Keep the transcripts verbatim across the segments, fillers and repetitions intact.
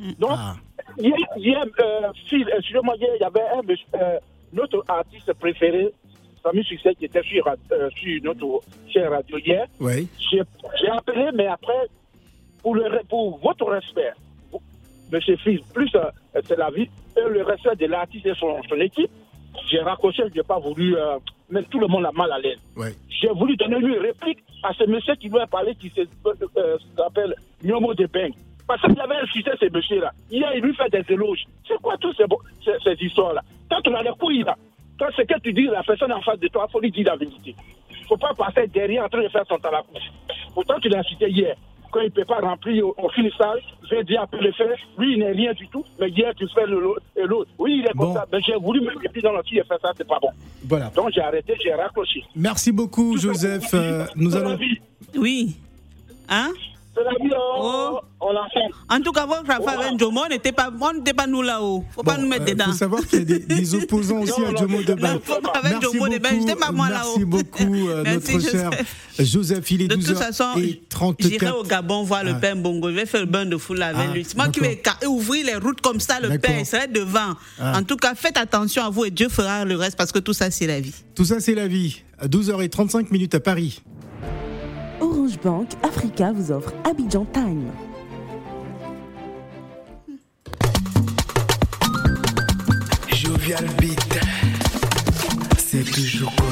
Donc, ah. hier, hier euh, Phil, excusez-moi, hier, il y avait un, euh, notre artiste préféré, Samy Succès, qui était sur, euh, sur notre chère radio hier. Oui. J'ai, j'ai appelé, mais après, pour, le, pour votre respect, pour, monsieur Phil, plus euh, c'est la vie, et le respect de l'artiste et son, son équipe, j'ai raccroché, je n'ai pas voulu euh, mettre tout le monde a mal à l'aise. Oui. J'ai voulu donner une réplique à ce monsieur qui lui a parlé, qui se, euh, s'appelle Nyomo de Beng. Parce qu'il avait insisté ce monsieur-là. Hier, il lui fait des éloges. C'est quoi toutes ces, ces, ces histoires-là? Quand on a les couilles là, quand c'est que tu dis la personne en face de toi, il faut lui dire la vérité. Il ne faut pas passer derrière en train de faire son talacouche. Pourtant, tu l'as cité hier. Quand il ne peut pas remplir au, au finissage, je vais dire après le faire, lui il n'est rien du tout, mais hier tu fais le, le, l'autre. Oui, il est bon. Comme ça, mais j'ai voulu me dire dans le qui fait ça, c'est pas bon. Voilà. Donc j'ai arrêté, j'ai raccroché. Merci beaucoup, tout Joseph. Euh, nous allons. Oui. Hein? C'est la vie, oh, on l'entend. En tout cas, votre affaire avec Jomo, on n'était pas, on n'était pas nous là-haut. Faut bon, pas nous mettre euh, dedans. Il faut savoir qu'il y a des, des opposants aussi non, à Jomo de Beng. Merci beaucoup, merci beaucoup euh, notre Joseph. cher Joseph. Il est douze heures trente-quatre. J'irai au Gabon voir le ah. père Bongo. Je vais faire le bain de foule avec ah, lui. C'est moi qui vais ouvrir les routes comme ça. Le d'accord. père serait devant. Ah. En tout cas, faites attention à vous et Dieu fera le reste parce que tout ça, c'est la vie. Tout ça, c'est la vie. À douze heures trente-cinq minutes à Paris. Orange Bank Africa vous offre Abidjan Time. Jovial beat, c'est toujours cool.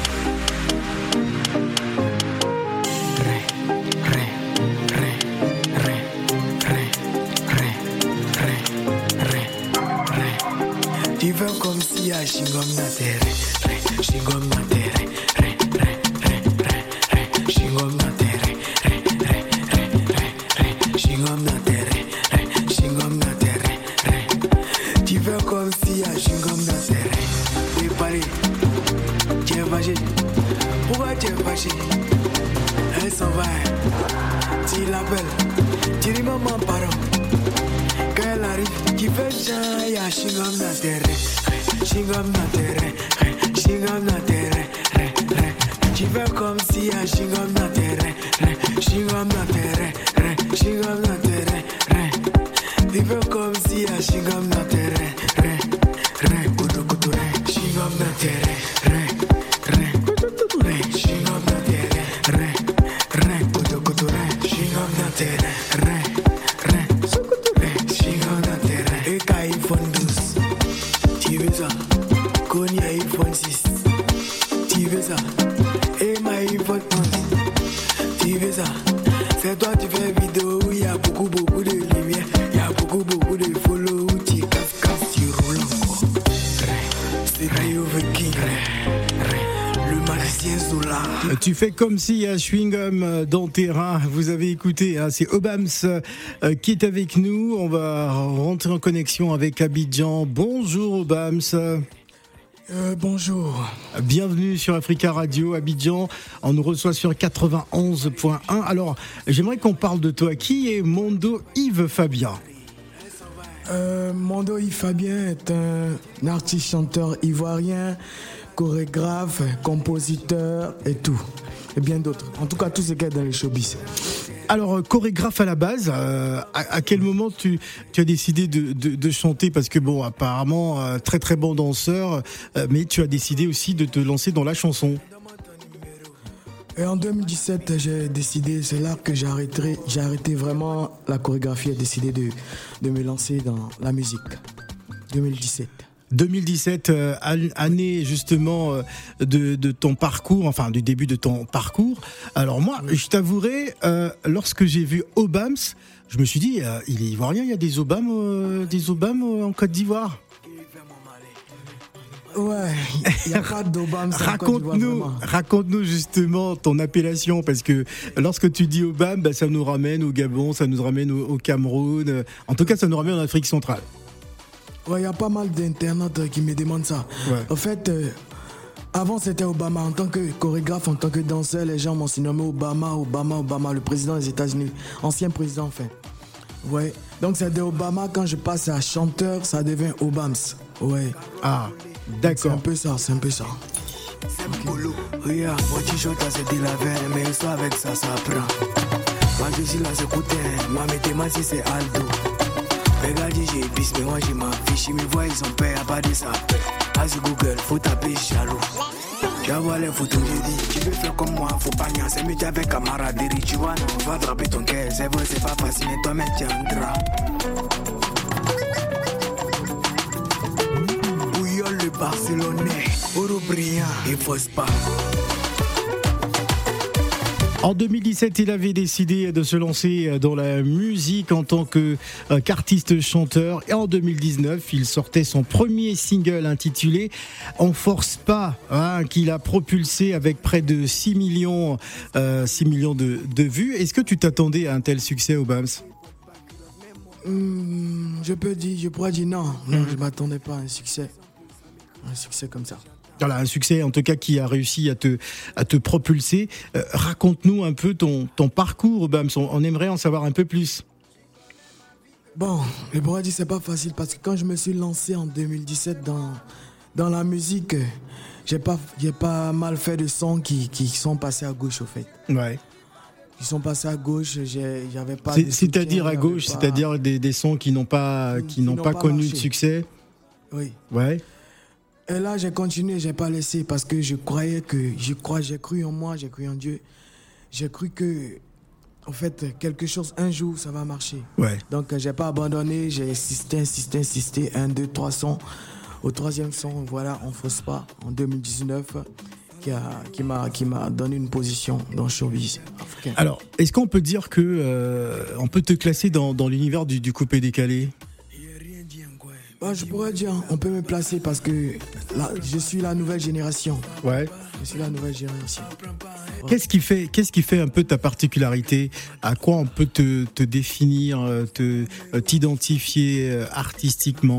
Ré, ré, ré, ré, ré, ré, ré, ré, ré. Tu veux comme si à Chingom na terre, Chingom na terre, ré, ré, ré, ré, ré, Chingom na terre, ré, ré, ré, ré, ré, Chingom na terre, ré, Chingom na terre, ré. Tu veux comme si à Chingom na terre, oui Paris, tu es fâché, pourquoi tu es fâché? Elle s'en va, tu l'appelles, tu dis maman pardon. Quand elle arrive, tu fais chien, y'a Chingom na terre, Chingom na terre, Chingom na terre, tu fais comme si y'a Chingom na terre, Chingom na terre, Chingom na terre, tu fais comme si y'a Chingom na terre, Kudo kudo Chingom na terre, Chingom na terre, Kudo kudo Chingom na terre, Chingom na terre, et qu'à iPhone douze, tu veux ça, Kony iPhone six, tu veux ça, et ma iPhone onze, tu veux ça, c'est toi tu fais vidéo où il y a beaucoup beaucoup de lumière, il y a beaucoup beaucoup de follow où tu casses casses, tu roules encore. C'est Rayo King, le magicien Zola. Tu fais comme si à Chewing-Gum dans terrain. Vous avez écouté, hein, c'est Obams euh, qui est avec nous. On va rentrer en connexion avec Abidjan. Bonjour Obams. Euh, bonjour. Bienvenue sur Africa Radio Abidjan. On nous reçoit sur quatre-vingt-onze point un. Alors, j'aimerais qu'on parle de toi. Qui est Mondo Yves Fabien? euh, Mondo Yves Fabien est un artiste chanteur ivoirien, chorégraphe, compositeur et tout. Et bien d'autres. En tout cas, tout ce qui est dans les showbiz. Alors, chorégraphe à la base, euh, à, à quel moment tu, tu as décidé de, de, de chanter? Parce que bon, apparemment, euh, très très bon danseur, euh, mais tu as décidé aussi de te lancer dans la chanson. Et en deux mille dix-sept, j'ai décidé, c'est là que j'ai arrêté, j'ai arrêté vraiment la chorégraphie et décidé de, de me lancer dans la musique. deux mille dix-sept. deux mille dix-sept, euh, année justement euh, de, de ton parcours, enfin du début de ton parcours. Alors moi, oui. je t'avouerai, euh, lorsque j'ai vu Obams, je me suis dit, euh, il est ivoirien, il y a des Obams, euh, des Obams euh, en Côte d'Ivoire. Ouais, il n'y a pas d'Obams. raconte-nous, raconte-nous justement ton appellation, parce que lorsque tu dis Obam, bah, ça nous ramène au Gabon, ça nous ramène au, au Cameroun, en tout cas ça nous ramène en Afrique centrale. Ouais, il y a pas mal d'internautes qui me demandent ça. Ouais. En fait, euh, avant c'était Obama. En tant que chorégraphe, en tant que danseur, les gens m'ont surnommé Obama, Obama, Obama, le président des États-Unis, ancien président en fait. Ouais. Donc c'est de Obama, quand je passe à chanteur, ça devient Obams. Ouais. Ah, d'accord. C'est un peu ça, c'est un peu ça. C'est boulot. Regarde, mon t-shirt c'est de la veille, mais ça avec ça, ça prend. Ma je suis là, j'écoute, ma météma si c'est Aldo. Mais moi j'ai ma fiche, ils me voient, ils ont peur, y'a pas de ça. Vas sur Google, faut taper jaloux. Tu vas voir les photos, j'ai dit, tu veux faire comme moi, faut pas nier. C'est mieux avec camaraderie, tu vois, on va attraper ton cœur. C'est vrai, c'est pas facile, mais toi-même tu entras. Bouillon le Barcelonais, Oro brillant, il fausse pas. En deux mille dix-sept, il avait décidé de se lancer dans la musique en tant que, euh, qu'artiste chanteur. Et en deux mille dix-neuf, il sortait son premier single intitulé « On force pas hein, », qu'il a propulsé avec près de six millions, euh, six millions de, de vues. Est-ce que tu t'attendais à un tel succès, Obams ? Hum, je peux dire, je pourrais dire non. Non, je ne m'attendais pas à un succès. Un succès comme ça. Voilà, un succès en tout cas qui a réussi à te, à te propulser. Euh, raconte-nous un peu ton, ton parcours, Obams. On, on aimerait en savoir un peu plus. Bon, je pourrais dire que c'est pas facile parce que quand je me suis lancé en deux mille dix-sept dans, dans la musique, j'ai pas, j'ai pas mal fait de sons qui, qui sont passés à gauche au fait. Ouais. Ils sont passés à gauche, j'ai, j'avais pas C'est, de c'est-à-dire soutien, à gauche, pas... c'est-à-dire des, des sons qui n'ont pas, qui, qui n'ont, n'ont pas, pas connu marché. De succès. Oui. Ouais. Et là, j'ai continué, j'ai pas laissé parce que je croyais que, je crois, j'ai cru en moi, j'ai cru en Dieu. J'ai cru que, en fait, quelque chose, un jour, ça va marcher. Ouais. Donc, j'ai pas abandonné, j'ai insisté, insisté, insisté, un, deux, trois sons. Au troisième son, voilà, On Fausse Pas, en deux mille dix-neuf, qui, a, qui, m'a, qui m'a donné une position dans le showbiz africain. Alors, est-ce qu'on peut dire que, euh, on peut te classer dans, dans l'univers du, du coupé-décalé ? Bah, je pourrais dire, on peut me placer parce que là, je suis la nouvelle génération. Ouais. Je suis la nouvelle génération. Ouais. Qu'est-ce qui fait, qu'est-ce qui fait un peu ta particularité ? À quoi on peut te, te définir, te, t'identifier artistiquement ?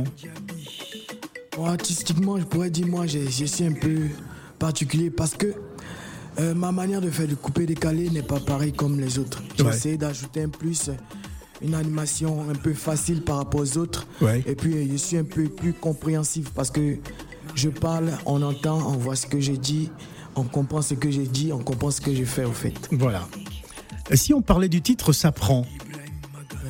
Bon, artistiquement, je pourrais dire, moi, je, je suis un peu particulier parce que euh, ma manière de faire du coupé-décalé n'est pas pareille comme les autres. J'ai ouais. essayé d'ajouter un plus... une animation un peu facile par rapport aux autres. Ouais. Et puis, je suis un peu plus compréhensif parce que je parle, on entend, on voit ce que j'ai dit, on comprend ce que j'ai dit, on comprend ce que j'ai fait, au fait. Voilà. Si on parlait du titre « Ça prend oui. »,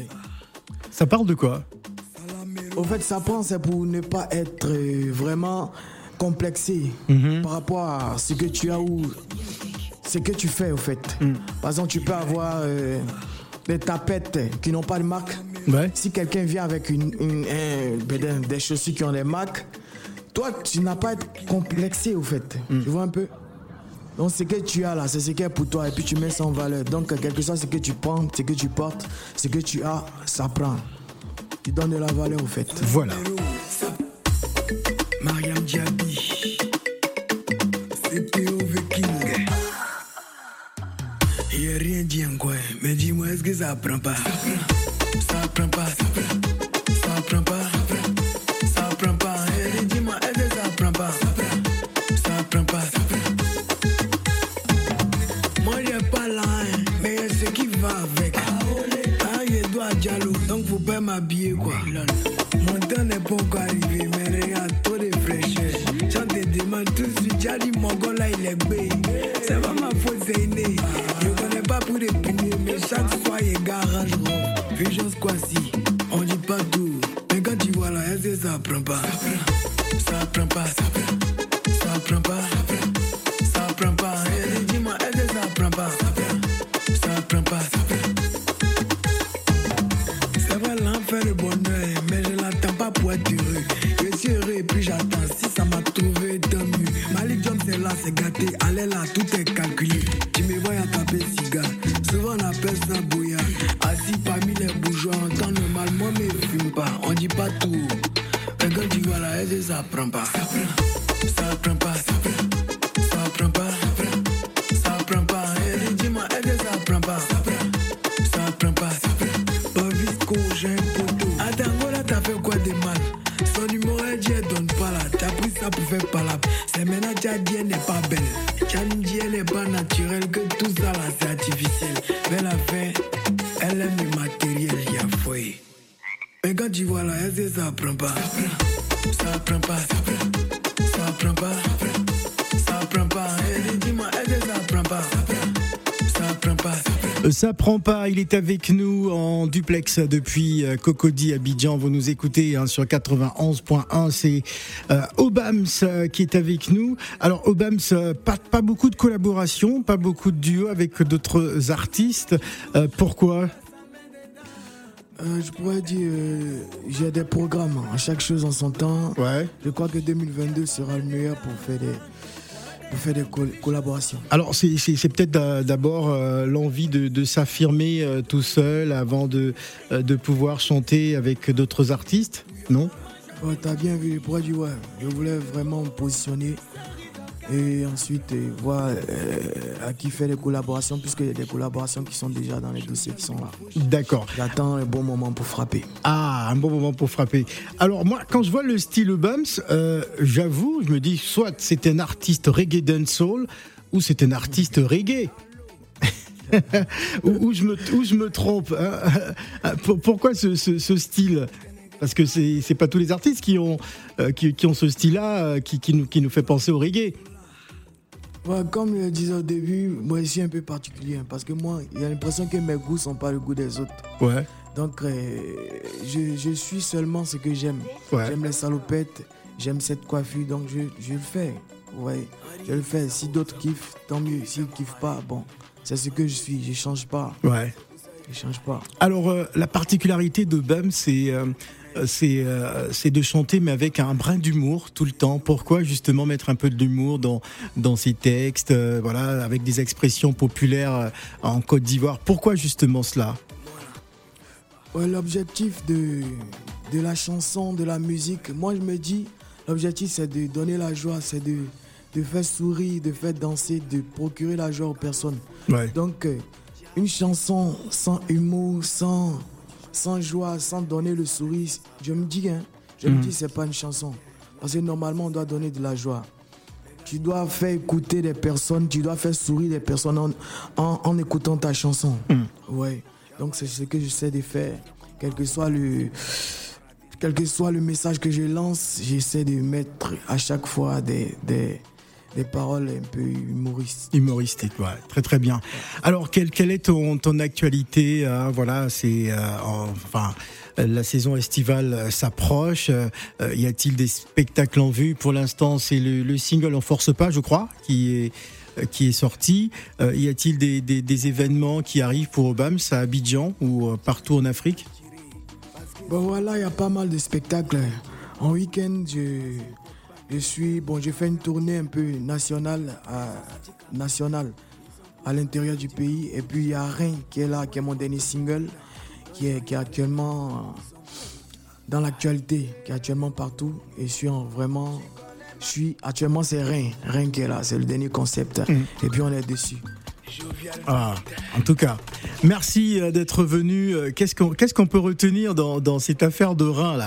ça parle de quoi ? Au fait, « Ça prend », c'est pour ne pas être vraiment complexé mm-hmm. par rapport à ce que tu as ou ce que tu fais, au fait. Mm. Par exemple, tu peux avoir... Euh, des tapettes qui n'ont pas de marque. Ouais. Si quelqu'un vient avec une, une, un, des chaussures qui ont des marques, toi, tu n'as pas à être complexé, au fait. Mm. Tu vois un peu ? Donc, ce que tu as là, c'est ce qui est pour toi et puis tu mets ça en valeur. Donc, quelque chose, ce que tu prends, ce que tu portes, ce que tu as, ça prend. Tu donnes de la valeur, au fait. Voilà. Mariam Diaby, C P O Viking. Y'a rien dit encore, mais dis-moi, est-ce que ça prend pas? Ça prend pas, ça prend, ça prend pas, ça prend pas. Et dis-moi, est-ce que ça prend pas? Ça prend pas, ça prend. Moi, j'ai pas là, hein, mais y'a ce qui va avec. Ah, y'a doigt jaloux, donc faut pas m'habiller, quoi. Mon temps n'est pas encore arrivé, mais regarde, trop de fraîcheur. J'en te demande tout de suite, j'ai dit, mon gars là, il est bé. C'est pas ma faute, c'est inné. Pas pour les punir, mais chaque fois il garage rond. Vigence quoi si, on dit pas tout. Mais quand tu vois là, est-ce que ça prend pas? Ça prend pas, ça prend. Ça prend pas, ça prend. Ça prend pas. Et dis-moi, est-ce que ça prend pas? Ça prend pas, ça prend. C'est vrai l'enfer le bonheur, mais je l'attends pas pour être heureux. Je suis heureux et puis j'attends. Si ça m'a trouvé, tant mieux. Malik Jones c'est là, c'est gâté. Allez là, tout est calculé. Tu me vois à taper cigare. Souvent on appelle ça bouillard. Assis parmi les bourgeois, en temps normal, moi mais fume pas. On dit pas tout. Mais quand tu vois là, est-ce que ça prend pas? Ça prend, ça prend pas, ça prend. Ça prend pas, ça prend. Ça prend pas. Et dis-moi, est-ce que ça prend pas? Ça prend, ça prend pas, ça prend. Pas vite qu'on j'ai un poteau. Attends, voilà, t'as fait quoi de mal? Son numéro est dit, elle donne pas là. T'as pris ça pour faire palabre. C'est maintenant que t'as dit, elle n'est pas belle. T'as dit, elle n'est pas naturelle. Que tout ça là, c'est artificiel. Mais la fin, elle aime le matériel, y'a fouillé. Mais quand tu vois là, est-ce que ça prend pas? Ça prend pas, ça prend. Ça prend pas, ça prend pas. Et dis-moi, est-ce que ça prend pas? Ça prend pas. Ça prend pas, il est avec nous en duplex depuis Cocody, Abidjan. Vous nous écoutez hein, sur quatre-vingt-onze point un. C'est euh, Obams euh, qui est avec nous. Alors Obams, euh, pas, pas beaucoup de collaborations, pas beaucoup de duos avec d'autres artistes. Euh, pourquoi ? Euh, je pourrais dire, euh, j'ai des programmes, à chaque chose en son temps. Ouais. Je crois que deux mille vingt-deux sera le meilleur pour faire des, pour faire des col- collaborations. Alors c'est, c'est, c'est peut-être d'abord euh, l'envie de, de s'affirmer euh, tout seul avant de, euh, de pouvoir chanter avec d'autres artistes, non ? Ouais, t'as bien vu, je pourrais dire, ouais, je voulais vraiment me positionner et ensuite euh, voir euh, à qui faire des collaborations, puisqu'il y a des collaborations qui sont déjà dans les dossiers qui sont là. D'accord. J'attends un bon moment pour frapper. Ah, un bon moment pour frapper. Alors moi, quand je vois le style Obams, euh, j'avoue, je me dis soit c'est un artiste reggae dancehall ou c'est un artiste reggae. ou, ou, je me, ou je me trompe. Hein. Pourquoi ce, ce, ce style ? Parce que c'est, c'est pas tous les artistes qui ont, euh, qui, qui ont ce style-là euh, qui, qui, nous, qui nous fait penser au reggae. Ouais, comme je le disais au début, moi je suis un peu particulier hein, parce que moi, il y a l'impression que mes goûts ne sont pas le goût des autres. Ouais. Donc, euh, je, je suis seulement ce que j'aime. Ouais. J'aime les salopettes, j'aime cette coiffure, donc je, je le fais. Ouais, je le fais. Si d'autres kiffent, tant mieux. S'ils ne kiffent pas, bon, c'est ce que je suis, je ne change pas. Ouais. Je ne change pas. Alors, euh, la particularité de Obams, c'est... Euh, C'est, euh, c'est de chanter mais avec un brin d'humour tout le temps. Pourquoi justement mettre un peu d'humour dans, dans ses textes, euh, voilà, avec des expressions populaires euh, en Côte d'Ivoire. Pourquoi justement cela ? Ouais, l'objectif de, de la chanson, de la musique, moi je me dis, l'objectif c'est de donner la joie, c'est de, de faire sourire, de faire danser, de procurer la joie aux personnes. Ouais. Donc, euh, une chanson sans humour, sans... sans joie, sans donner le sourire, je me dis, hein, je mmh. me dis, c'est pas une chanson. Parce que normalement, on doit donner de la joie. Tu dois faire écouter des personnes, tu dois faire sourire des personnes en, en, en écoutant ta chanson. Mmh. Ouais. Donc, c'est ce que j'essaie de faire. Quel que soit le, quel que soit le message que je lance, j'essaie de mettre à chaque fois des, des, des paroles un peu humoristes. Humoristiques, ouais, très très bien. Alors, quelle, quelle est ton, ton actualité hein, voilà, c'est euh, enfin la saison estivale s'approche. Euh, y a-t-il des spectacles en vue ? Pour l'instant, c'est le, le single On Force Pas, je crois, qui est qui est sorti. Euh, y a-t-il des, des, des événements qui arrivent pour Obams à Abidjan ou euh, partout en Afrique ? Bon voilà, il y a pas mal de spectacles. En week-end, je Je suis, bon, j'ai fait une tournée un peu nationale à, nationale à l'intérieur du pays. Et puis il y a Rein qui est là, qui est mon dernier single, qui est, qui est actuellement dans l'actualité, qui est actuellement partout. Et je suis en, vraiment, je suis actuellement c'est Rein, Rein qui est là, c'est le dernier concept. Mmh. Et puis on est dessus. Ah, en tout cas, merci d'être venu. Qu'est-ce qu'on, qu'est-ce qu'on peut retenir dans, dans cette affaire de rein là ?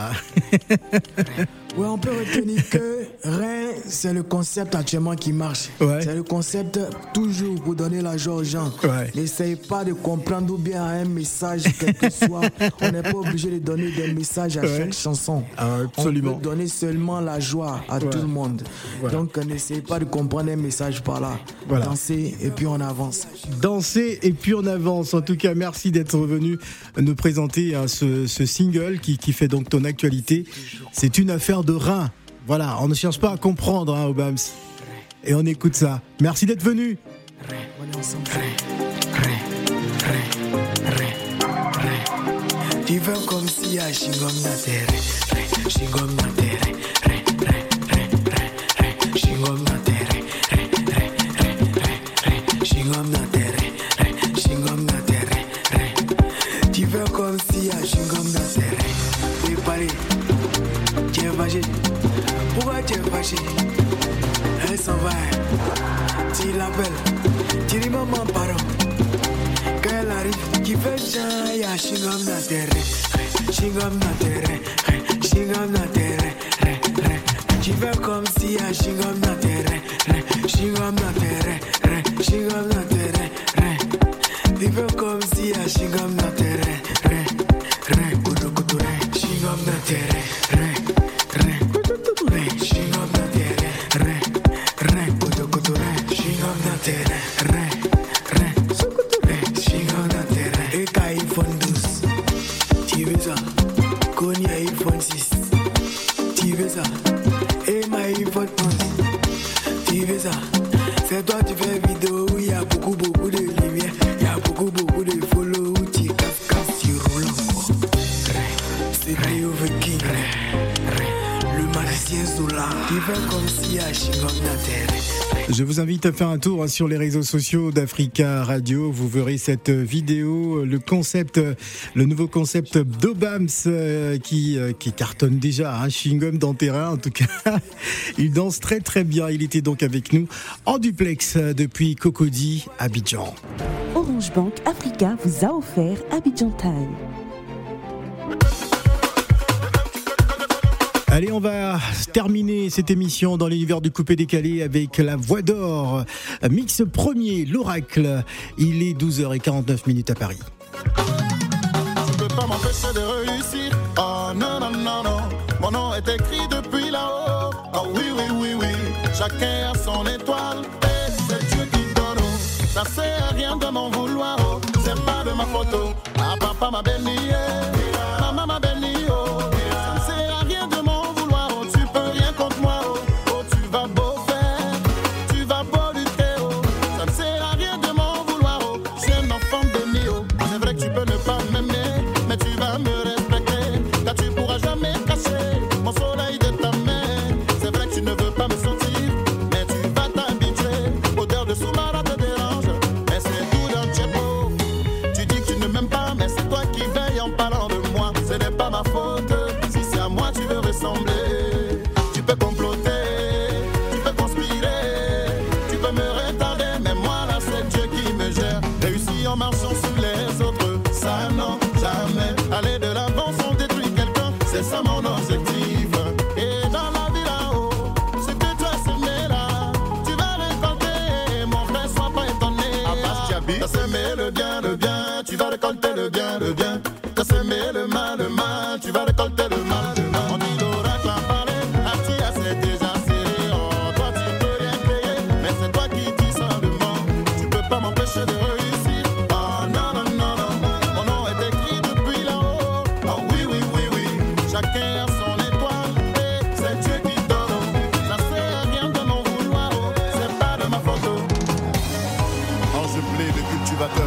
Ouais, on peut retenir que rein, c'est le concept actuellement qui marche. Ouais. C'est le concept toujours pour donner la joie aux gens. Ouais. N'essaye pas de comprendre ou bien un message, quel que soit. On n'est pas obligé de donner des messages à ouais. chaque chanson. Ah, absolument. On peut donner seulement la joie à ouais. tout le monde. Voilà. Donc, n'essayez pas de comprendre un message par là. Voilà. Dansez et puis on avance. Danser et puis on avance. En tout cas, merci d'être venu nous présenter hein, ce, ce single qui, qui fait donc ton actualité. C'est une affaire de rein. Voilà, on ne cherche pas à comprendre, hein, Obams. Et on écoute ça. Merci d'être venu. On est ensemble. Tu veux comme si à Chingom na terre, Chingom na terre, Chingom na terre, Chingom na terre, Chingom na terre. Tu veux comme si à Chingom na terre, préparé. Tu es fâché, pourquoi tu es fâché? Elle s'en va, tu l'appelles, tu dis maman pardon. Quand elle arrive, qui fait chien, y'a Chingom na terre, Chingom na terre, Chingom na terre. Tu fais comme si y'a Chingom na terre, Chingom na terre, Chingom na terre. Tu fais comme si y'a Chingom na terre, Chingom na terre. Sony iPhone six. Tu veux ça? Et ma iPhone onze. Tu veux ça? C'est toi tu fais vidéo où il y a beaucoup beaucoup de lumière, il y a beaucoup beaucoup de follow où tu casses casses tu roules encore. C'est Rio King, le magicien Zola. Tu fais comme si à Chingom Nater. Je vous invite à faire un tour sur les réseaux sociaux d'Africa Radio. Vous verrez cette vidéo, le concept, le nouveau concept d'Obams qui, qui cartonne déjà, hein, Chewing-Gum dans terrain. En tout cas, il danse très très bien. Il était donc avec nous en duplex depuis Cocody, Abidjan. Orange Bank Africa vous a offert Abidjan Time. Allez, on va terminer cette émission dans l'univers du coupé-décalé avec la voix d'or. Mix premier, l'Oracle. Il est douze heures quarante-neuf à Paris. Tu peux pas m'empêcher de réussir. Oh non, non, non, non. Mon nom est écrit depuis là-haut. Oh oui, oui, oui, oui. Chacun a son étoile. Et c'est Dieu qui donne. Ça sert à rien de m'en vouloir. Oh. C'est pas de ma photo. Ah, papa m'a béni. Maman m'a béni. Oh. Tu vas récolter le bien, le bien. T'as semé le mal, le mal. Tu vas récolter le mal, le mal. On dit l'oracle a parlé, Atia c'est déjà serré. Oh, toi tu peux rien créer, mais c'est toi qui dis ça le monde. Tu peux pas m'empêcher de réussir. Oh non, non, non, non. Mon nom est écrit depuis là-haut. Oh oui, oui, oui, oui. Chacun a son étoile. Et c'est Dieu qui donne. Ça sert à rien de m'en vouloir. Oh, c'est pas de ma photo. Ange blé de cultivateur.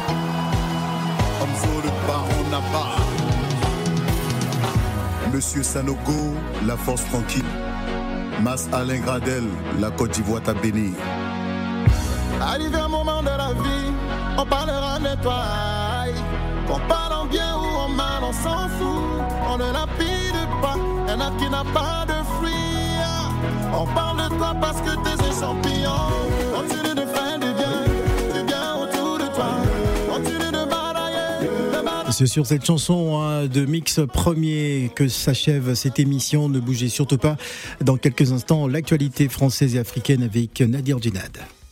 Monsieur Sanogo, la force tranquille. Mas Alain Gradel, la Côte d'Ivoire t'a béni. Arrivé un moment de la vie, on parlera de toi. Qu'on parle en bien ou en mal, on s'en fout. On ne lapide pas, y'en a qui n'a pas de fruits. On parle de toi parce que t'es un champignon. Continue de faire du bien, du bien autour de toi. Continue de C'est sur cette chanson hein, de Mix Premier que s'achève cette émission. Ne bougez surtout pas. Dans quelques instants, l'actualité française et africaine avec Nadir Djenad.